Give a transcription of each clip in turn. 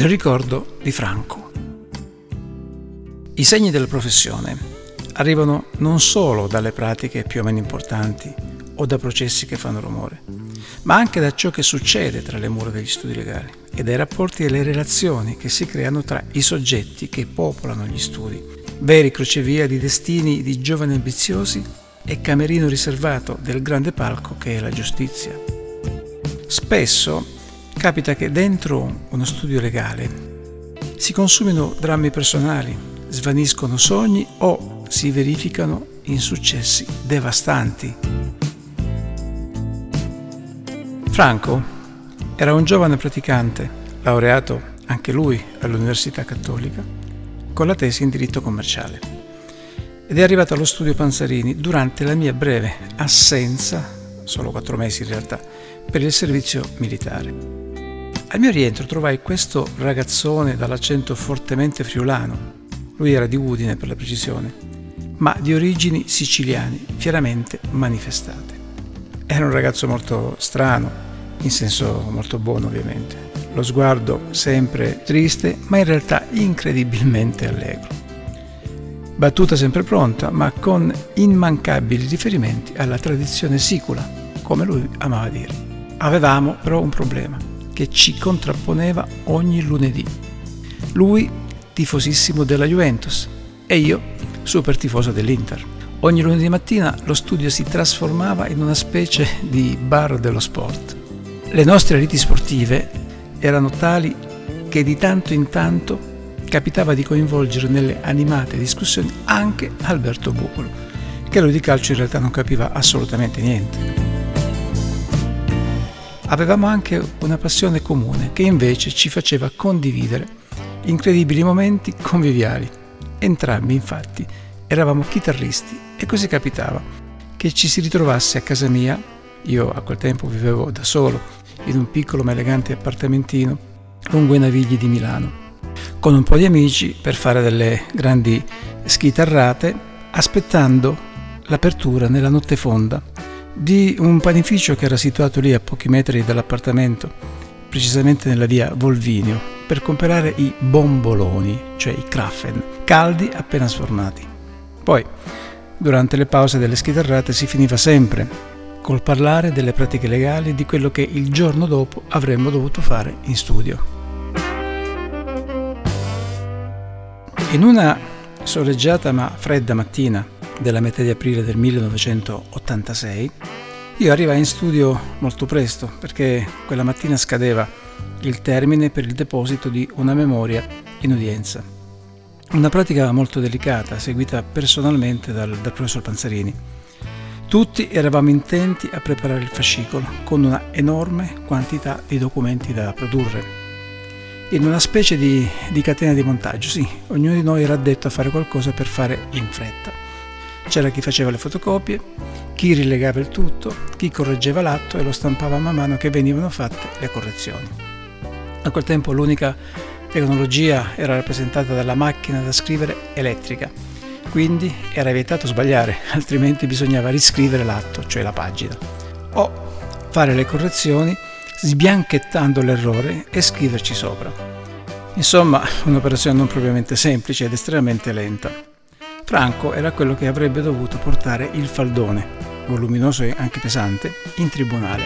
Il ricordo di Franco. I segni della professione arrivano non solo dalle pratiche più o meno importanti o da processi che fanno rumore, ma anche da ciò che succede tra le mura degli studi legali e dai rapporti e le relazioni che si creano tra i soggetti che popolano gli studi, veri crocevia di destini di giovani ambiziosi e camerino riservato del grande palco che è la giustizia. Spesso capita che dentro uno studio legale si consumino drammi personali, svaniscono sogni o si verificano insuccessi devastanti. Franco era un giovane praticante, laureato anche lui all'Università Cattolica, con la tesi in diritto commerciale. Ed è arrivato allo studio Panzarini durante la mia breve assenza, solo 4 mesi in realtà, per il servizio militare. Al mio rientro trovai questo ragazzone dall'accento fortemente friulano, lui era di Udine per la precisione, ma di origini siciliane fieramente manifestate. Era un ragazzo molto strano, in senso molto buono ovviamente, lo sguardo sempre triste ma in realtà incredibilmente allegro. Battuta sempre pronta ma con immancabili riferimenti alla tradizione sicula, come lui amava dire. Avevamo però un problema che ci contrapponeva ogni lunedì. Lui tifosissimo della Juventus e io super tifoso dell'Inter. Ogni lunedì mattina lo studio si trasformava in una specie di bar dello sport. Le nostre riti sportive erano tali che di tanto in tanto capitava di coinvolgere nelle animate discussioni anche Alberto Bucolo, che lui di calcio in realtà non capiva assolutamente niente. Avevamo anche una passione comune che invece ci faceva condividere incredibili momenti conviviali. Entrambi, infatti, eravamo chitarristi e così capitava che ci si ritrovasse a casa mia, io a quel tempo vivevo da solo, in un piccolo ma elegante appartamentino lungo i Navigli di Milano, con un po' di amici per fare delle grandi schitarrate, aspettando l'apertura nella notte fonda di un panificio che era situato lì a pochi metri dall'appartamento, precisamente nella via Volvinio, per comprare i bomboloni, cioè i Kraffen, caldi appena sfornati. Poi, durante le pause delle schitarrate si finiva sempre col parlare delle pratiche legali e di quello che il giorno dopo avremmo dovuto fare in studio. In una soleggiata ma fredda mattina della metà di aprile del 1986, io arrivai in studio molto presto perché quella mattina scadeva il termine per il deposito di una memoria in udienza. Una pratica molto delicata, seguita personalmente dal professor Panzarini. Tutti eravamo intenti a preparare il fascicolo con una enorme quantità di documenti da produrre. In una specie di catena di montaggio, sì, ognuno di noi era addetto a fare qualcosa per fare in fretta. C'era chi faceva le fotocopie, chi rilegava il tutto, chi correggeva l'atto e lo stampava man mano che venivano fatte le correzioni. A quel tempo l'unica tecnologia era rappresentata dalla macchina da scrivere elettrica, quindi era vietato sbagliare, altrimenti bisognava riscrivere l'atto, cioè la pagina, o fare le correzioni sbianchettando l'errore e scriverci sopra. Insomma, un'operazione non propriamente semplice ed estremamente lenta. Franco era quello che avrebbe dovuto portare il faldone, voluminoso e anche pesante, in tribunale.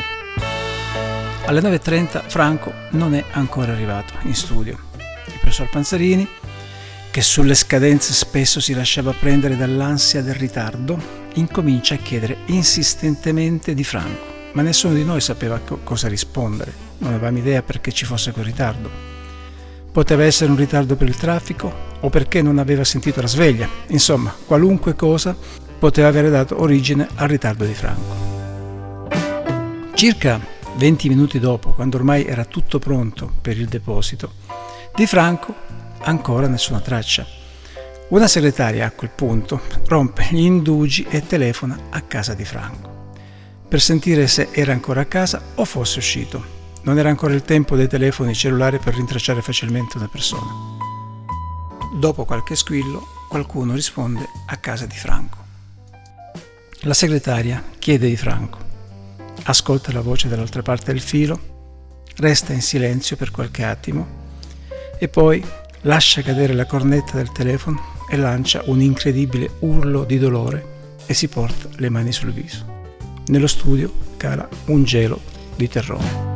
Alle 9:30 Franco non è ancora arrivato in studio. Il professor Panzarini, che sulle scadenze spesso si lasciava prendere dall'ansia del ritardo, incomincia a chiedere insistentemente di Franco, ma nessuno di noi sapeva cosa rispondere, non avevamo idea perché ci fosse quel ritardo. Poteva essere un ritardo per il traffico o perché non aveva sentito la sveglia. Insomma, qualunque cosa poteva avere dato origine al ritardo di Franco. Circa 20 minuti dopo, quando ormai era tutto pronto per il deposito, di Franco ancora nessuna traccia. Una segretaria a quel punto rompe gli indugi e telefona a casa di Franco per sentire se era ancora a casa o fosse uscito. Non era ancora il tempo dei telefoni cellulari per rintracciare facilmente una persona. Dopo qualche squillo, qualcuno risponde a casa di Franco. La segretaria chiede di Franco. Ascolta la voce dall'altra parte del filo, resta in silenzio per qualche attimo, e poi lascia cadere la cornetta del telefono e lancia un incredibile urlo di dolore e si porta le mani sul viso. Nello studio cala un gelo di terrore.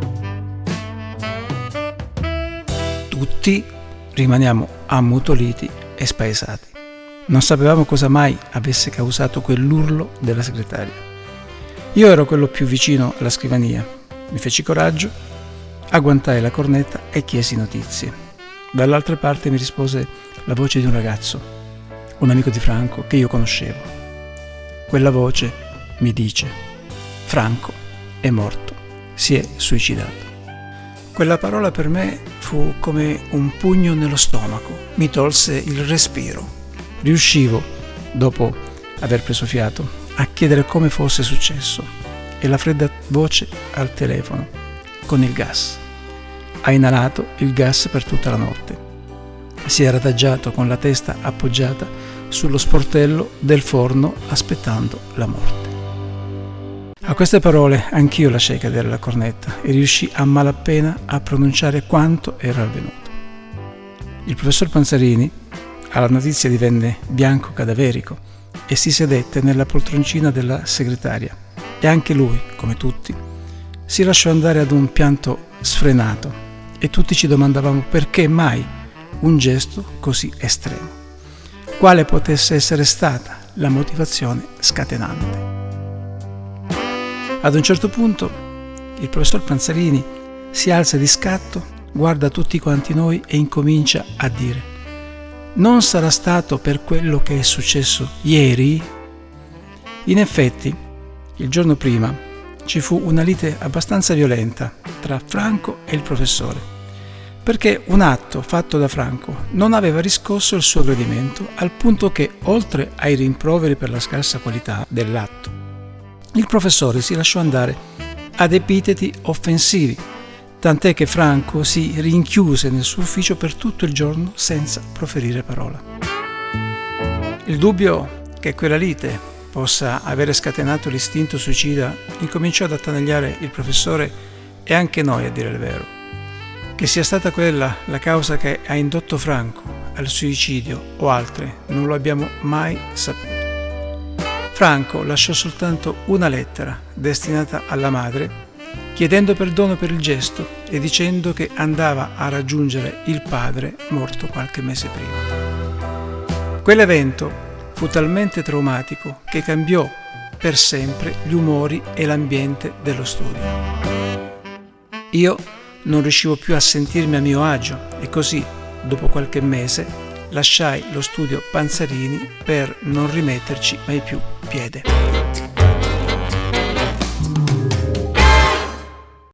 Tutti rimaniamo ammutoliti e spaesati. Non sapevamo cosa mai avesse causato quell'urlo della segretaria. Io ero quello più vicino alla scrivania. Mi feci coraggio, agguantai la cornetta e chiesi notizie. Dall'altra parte mi rispose la voce di un ragazzo, un amico di Franco che io conoscevo. Quella voce mi dice: Franco è morto, si è suicidato. Quella parola per me fu come un pugno nello stomaco, mi tolse il respiro. Riuscivo, dopo aver preso fiato, a chiedere come fosse successo e la fredda voce al telefono, con il gas. Ha inalato il gas per tutta la notte. Si era adagiato con la testa appoggiata sullo sportello del forno aspettando la morte. A queste parole anch'io lasciai cadere la cornetta e riuscii a malapena a pronunciare quanto era avvenuto. Il professor Panzarini alla notizia divenne bianco cadaverico e si sedette nella poltroncina della segretaria e anche lui, come tutti, si lasciò andare ad un pianto sfrenato e tutti ci domandavamo perché mai un gesto così estremo. Quale potesse essere stata la motivazione scatenante? Ad un certo punto il professor Panzarini si alza di scatto, guarda tutti quanti noi e incomincia a dire: non sarà stato per quello che è successo ieri? In effetti, il giorno prima ci fu una lite abbastanza violenta tra Franco e il professore, perché un atto fatto da Franco non aveva riscosso il suo gradimento, al punto che, oltre ai rimproveri per la scarsa qualità dell'atto, il professore si lasciò andare ad epiteti offensivi, tant'è che Franco si rinchiuse nel suo ufficio per tutto il giorno senza proferire parola. Il dubbio che quella lite possa avere scatenato l'istinto suicida incominciò ad attanagliare il professore e anche noi, a dire il vero. Che sia stata quella la causa che ha indotto Franco al suicidio o altre non lo abbiamo mai saputo. Franco lasciò soltanto una lettera destinata alla madre, chiedendo perdono per il gesto e dicendo che andava a raggiungere il padre morto qualche mese prima. Quell'evento fu talmente traumatico che cambiò per sempre gli umori e l'ambiente dello studio. Io non riuscivo più a sentirmi a mio agio e così, dopo qualche mese, lasciai lo studio Panzarini per non rimetterci mai più piede.